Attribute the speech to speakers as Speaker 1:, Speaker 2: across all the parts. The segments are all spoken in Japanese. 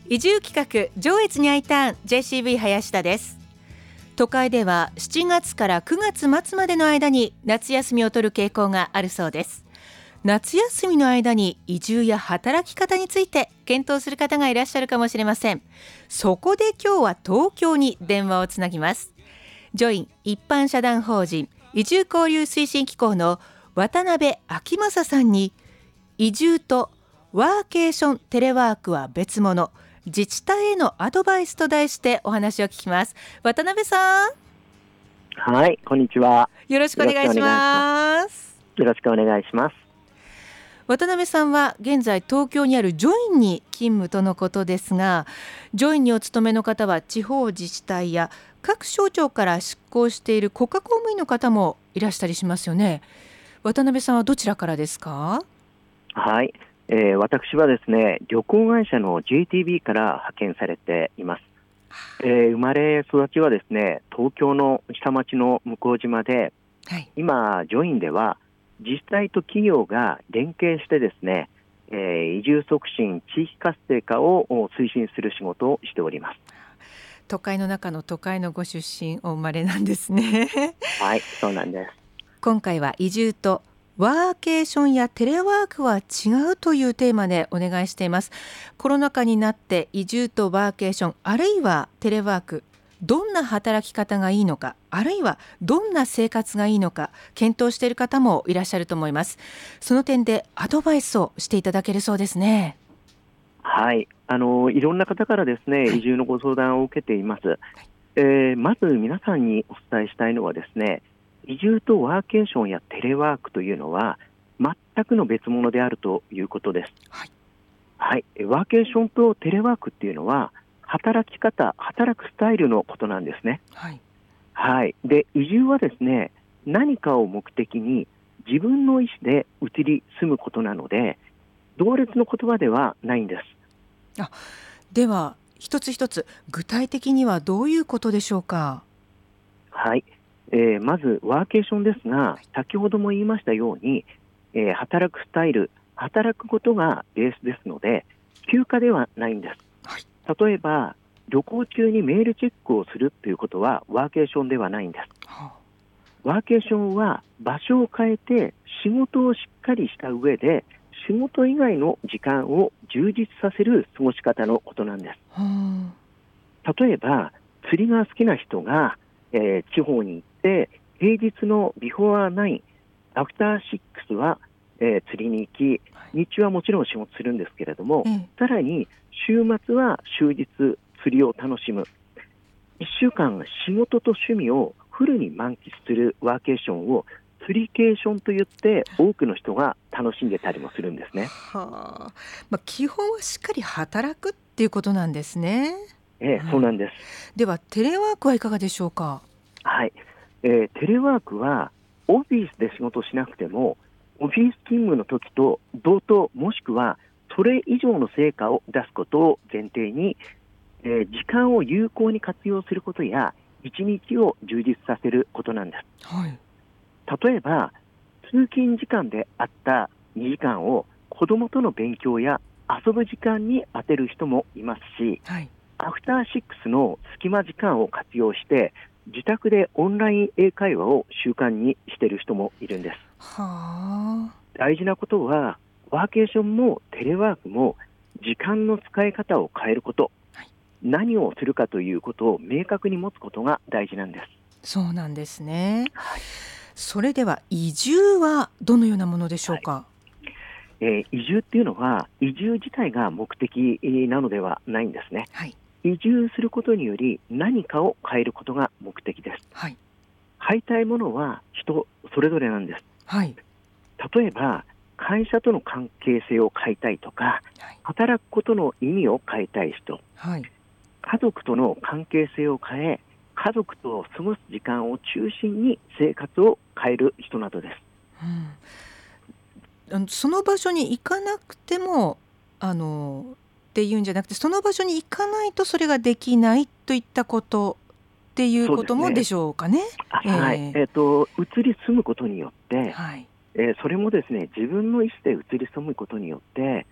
Speaker 1: 移住企画上越に I ターン JCB 林田です。都会では7月から9月末までの間に夏休みを取る傾向があるそうです。夏休みの間に移住や働き方について検討する方がいらっしゃるかもしれません。そこで今日は東京に電話をつなぎます。ジョイン一般社団法人移住交流推進機構の渡辺昭正さんに、移住とワーケーションテレワークは別物、自治体へのアドバイスと題してお話を聞きます。渡辺さん、
Speaker 2: はい、こんにちは。
Speaker 1: よろしくお願いします。
Speaker 2: よろしくお願いします。
Speaker 1: 渡辺さんは現在東京にあるジョインに勤務とのことですが、ジョインにお勤めの方は地方自治体や各省庁から出向している国家公務員の方もいらしたりしますよね。渡辺さんはどちらからですか？
Speaker 2: はい、私はですね、旅行会社の JTB から派遣されています。生まれ育ちはですね、東京の下町の向島で、
Speaker 1: はい、
Speaker 2: 今ジョインでは自治体と企業が連携してですね、移住促進地域活性化を推進する仕事をしております。
Speaker 1: 都会の中の都会のご出身お生まれなんですね。
Speaker 2: はい、そうなんです。
Speaker 1: 今回は移住とワーケーションやテレワークは違うというテーマでお願いしています。コロナ禍になって移住とワーケーション、あるいはテレワーク、どんな働き方がいいのか、あるいはどんな生活がいいのか検討している方もいらっしゃると思います。その点でアドバイスをしていただけるそうですね。
Speaker 2: はい、いろんな方からですね、
Speaker 1: はい、
Speaker 2: 移住のご相談を受けています。まず皆さんにお伝えしたいのはですね、移住とワーケーションやテレワークというのは全くの別物であるということです。
Speaker 1: はい、
Speaker 2: はい、ワーケーションとテレワークっていうのは働き方、働くスタイルのことなんですね。
Speaker 1: はい、
Speaker 2: はい。で、移住はですね、何かを目的に自分の意思で移り住むことなので、同列の言葉ではないんです。
Speaker 1: では一つ一つ具体的にはどういうことでしょうか？
Speaker 2: はい、まずワーケーションですが、先ほども言いましたように、働くスタイル、働くことがベースですので、休暇ではないんです。
Speaker 1: はい、
Speaker 2: 例えば旅行中にメールチェックをするということはワーケーションではないんです。ワーケーションは場所を変えて仕事をしっかりした上で、仕事以外の時間を充実させる過ごし方のことなんです。例えば釣りが好きな人が、地方に行って平日のビフォーナイン、アフターシックスは、釣りに行き、日中はもちろん仕事するんですけれども、さらに週末は終日釣りを楽しむ。1週間仕事と趣味をフルに満喫するワーケーションを釣りケーションといって多くの人が楽しんでたりもするんですね。
Speaker 1: 基本はしっかり働くっていうことなんですね。
Speaker 2: そうなんです。
Speaker 1: ではテレワークはいかがでしょうか？
Speaker 2: はい、テレワークはオフィスで仕事しなくてもオフィス勤務の時と同等、もしくはそれ以上の成果を出すことを前提に、時間を有効に活用することや一日を充実させることなんです。
Speaker 1: はい、
Speaker 2: 例えば通勤時間であった2時間を子どもとの勉強や遊ぶ時間に当てる人もいますし、
Speaker 1: はい、
Speaker 2: アフターシックスの隙間時間を活用して自宅でオンライン英会話を習慣にしている人もいるんです。大事なことはワーケーションもテレワークも時間の使い方を変えること、何をするかということを明確に持つことが大事なんです。
Speaker 1: そうなんですね。
Speaker 2: はい、
Speaker 1: それでは移住はどのようなものでしょうか？
Speaker 2: 移住っていうのは移住自体が目的なのではないんですね。
Speaker 1: はい、
Speaker 2: 移住することにより何かを変えることが目的です。
Speaker 1: はい、
Speaker 2: 変えたいものは人それぞれなんです。
Speaker 1: はい、
Speaker 2: 例えば会社との関係性を変えたいとか、
Speaker 1: はい、
Speaker 2: 働くことの意味を変えたい人、
Speaker 1: はい、
Speaker 2: 家族との関係性を変え、家族と過ごす時間を中心に生活を変える人などです。
Speaker 1: その場所に行かなくてもっていうんじゃなくて、その場所に行かないとそれができないといったことっていう
Speaker 2: そうですね。
Speaker 1: こともでしょうかね。
Speaker 2: はい、移り住むことによって、
Speaker 1: はい、
Speaker 2: それもですね、自分の意思で移り住むことによって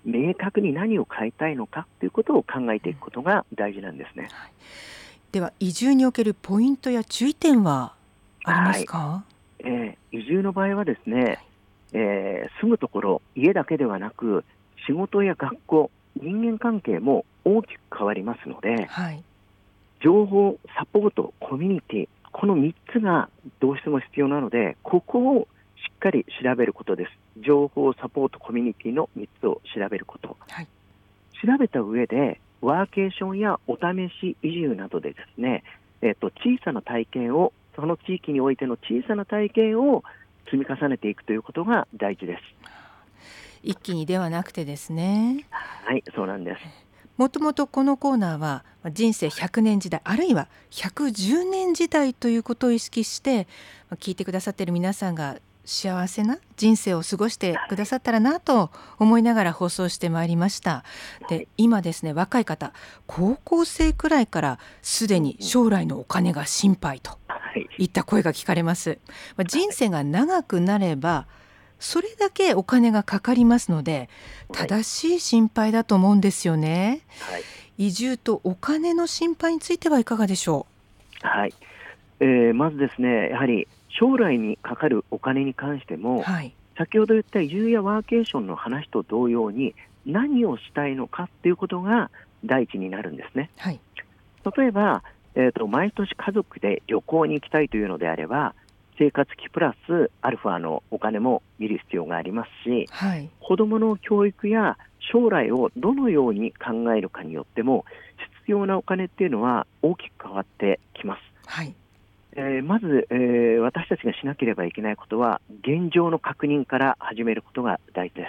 Speaker 2: 明確に何を変えたいのかということを考えていくことが大事なんですね。
Speaker 1: では移住におけるポイントや注意点はありますか？
Speaker 2: 移住の場合はですね、住むところ、家だけではなく仕事や学校、人間関係も大きく変わりますので、
Speaker 1: はい、
Speaker 2: 情報、サポート、コミュニティ、この3つがどうしても必要なので、ここをしっかり調べることです。情報、サポート、コミュニティの3つを調べること、
Speaker 1: はい、
Speaker 2: 調べた上でワーケーションやお試し移住などでですね、小さな体験を、その地域においての小さな体験を積み重ねていくということが大事です。
Speaker 1: 一気にではなくてですね。
Speaker 2: はい、そうなんです。
Speaker 1: もともとこのコーナーは人生100年時代あるいは110年時代ということを意識して聞いてくださっている皆さんが幸せな人生を過ごしてくださったらなと思いながら放送してまいりました。で、今ですね、若い方、高校生くらいからすでに将来のお金が心配といった声が聞かれます。人生が長くなればそれだけお金がかかりますので正しい心配だと思うんですよね。移住とお金の心配についてはいかがでしょ
Speaker 2: う？はい、まずですね、やはり将来にかかるお金に関しても、先ほど言った移住やワーケーションの話と同様に何をしたいのかということが第一になるんですね。例えば、毎年家族で旅行に行きたいというのであれば、生活費プラスアルファのお金も見る必要がありますし、子どもの教育や将来をどのように考えるかによっても必要なお金っていうのは大きく変わってきます。まず、私たちがしなければいけないことは現状の確認から始めることが大事です。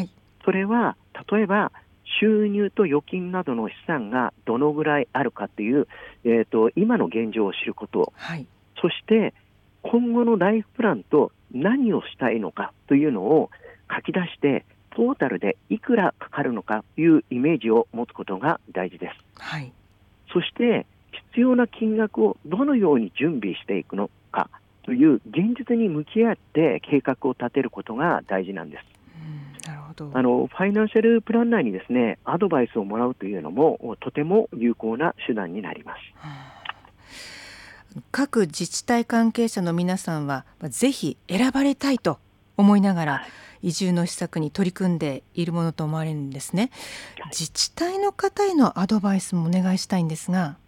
Speaker 2: それは例えば収入と預金などの資産がどのぐらいあるかという、今の現状を知ること、そして今後のライフプランと何をしたいのかというのを書き出してトータルでいくらかかるのかというイメージを持つことが大事です。そして必要な金額をどのように準備していくのかという現実に向き合って計画を立てることが大事なんです。
Speaker 1: なるほど。
Speaker 2: ファイナンシャルプランナーにですね、アドバイスをもらうというのもとても有効な手段になります。
Speaker 1: 各自治体関係者の皆さんはぜひ選ばれたいと思いながら移住の施策に取り組んでいるものと思われるんですね。自治体の方へのアドバイスもお願いしたいんですが。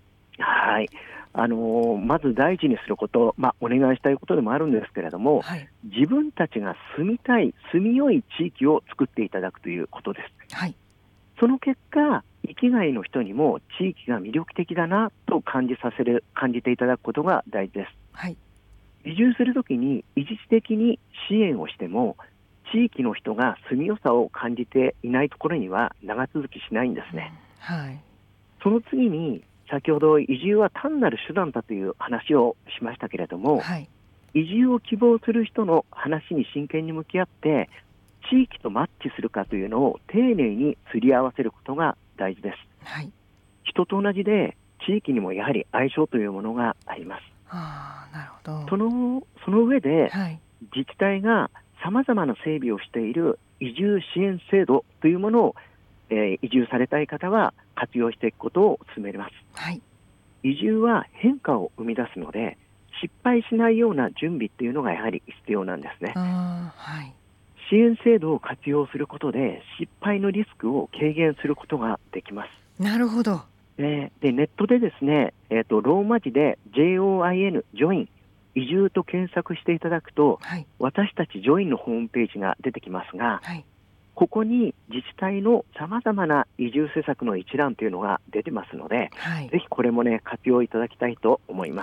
Speaker 2: まず大事にすること、お願いしたいことでもあるんですけれども、自分たちが住みたい、住みよい地域を作っていただくということです。その結果、域外の人にも地域が魅力的だなと感じていただくことが大事です。移住するときに一時的に支援をしても地域の人が住みよさを感じていないところには長続きしないんですね。その次に先ほど移住は単なる手段だという話をしましたけれども、移住を希望する人の話に真剣に向き合って地域とマッチするかというのを丁寧にすり合わせることが大事です。人と同じで地域にもやはり相性というものがあります。その上で、自治体がさまざまな整備をしている移住支援制度というものを、移住されたい方は活用していくことを進めます。移住は変化を生み出すので失敗しないような準備というのがやはり必要なんですね。支援制度を活用することで失敗のリスクを軽減することができます。
Speaker 1: なるほど。
Speaker 2: でネットでですね、ローマ字で JOIN ジョイン移住と検索していただくと、私たちジョインのホームページが出てきますが、ここに自治体のさまざまな移住施策の一覧というのが出てますので、ぜひこれもね活用いただきたいと思います。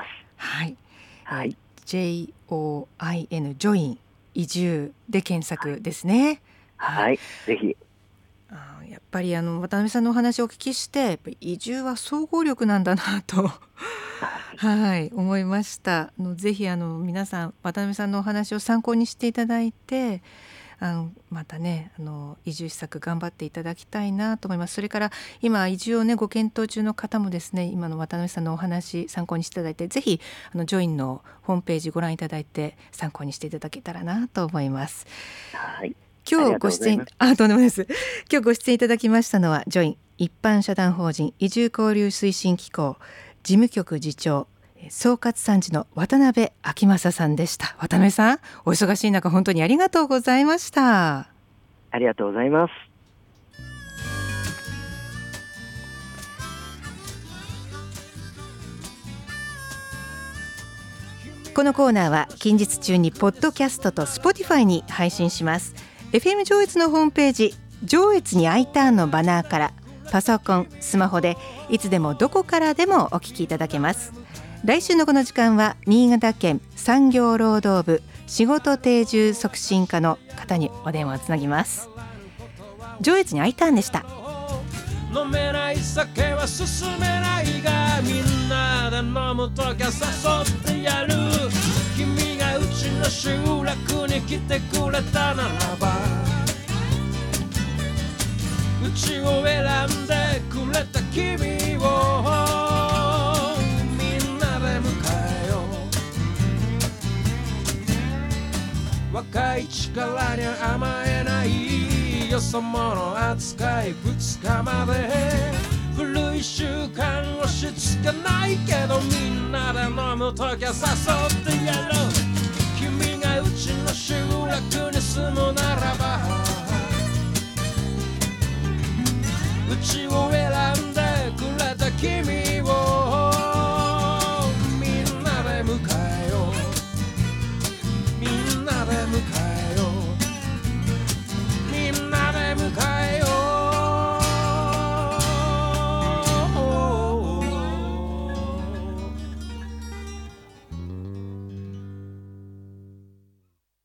Speaker 1: JOIN ジョイン移住で検索ですね。
Speaker 2: ぜひ。
Speaker 1: やっぱり渡辺さんのお話をお聞きして移住は総合力なんだなと思いました。ぜひ皆さん渡辺さんのお話を参考にしていただいてまたね移住施策頑張っていただきたいなと思います。それから今移住をねご検討中の方もですね、今の渡辺さんのお話参考にしていただいて、ぜひジョインのホームページご覧いただいて参考にしていただけたらなと思います。 今日ご出演とんでもないです。今日ご出演いただきましたのはジョイン一般社団法人移住交流推進機構事務局次長総括参事の渡辺昭正さんでした。渡辺さん、お忙しい中本当にありがとうございました。
Speaker 2: ありがとうございます。
Speaker 1: このコーナーは近日中にポッドキャストと Spotify に配信します。 FM 上越のホームページ上越に I ターンのバナーからパソコン、スマホでいつでもどこからでもお聞きいただけます。来週のこの時間は新潟県産業労働部仕事定住促進課の方にお電話をつなぎます。上越に I ターンでした。
Speaker 3: 飲めない酒は進めないがみんなで飲むときは誘ってやる。君がうちの集落に来てくれたならばうちを選んでくれた君をみんなで迎えよう。若い力に甘えないよそ者扱い2日まで古い習慣押し付けないけどみんなで飲むときは誘ってやろう。君がうちの集落に住むならばうちを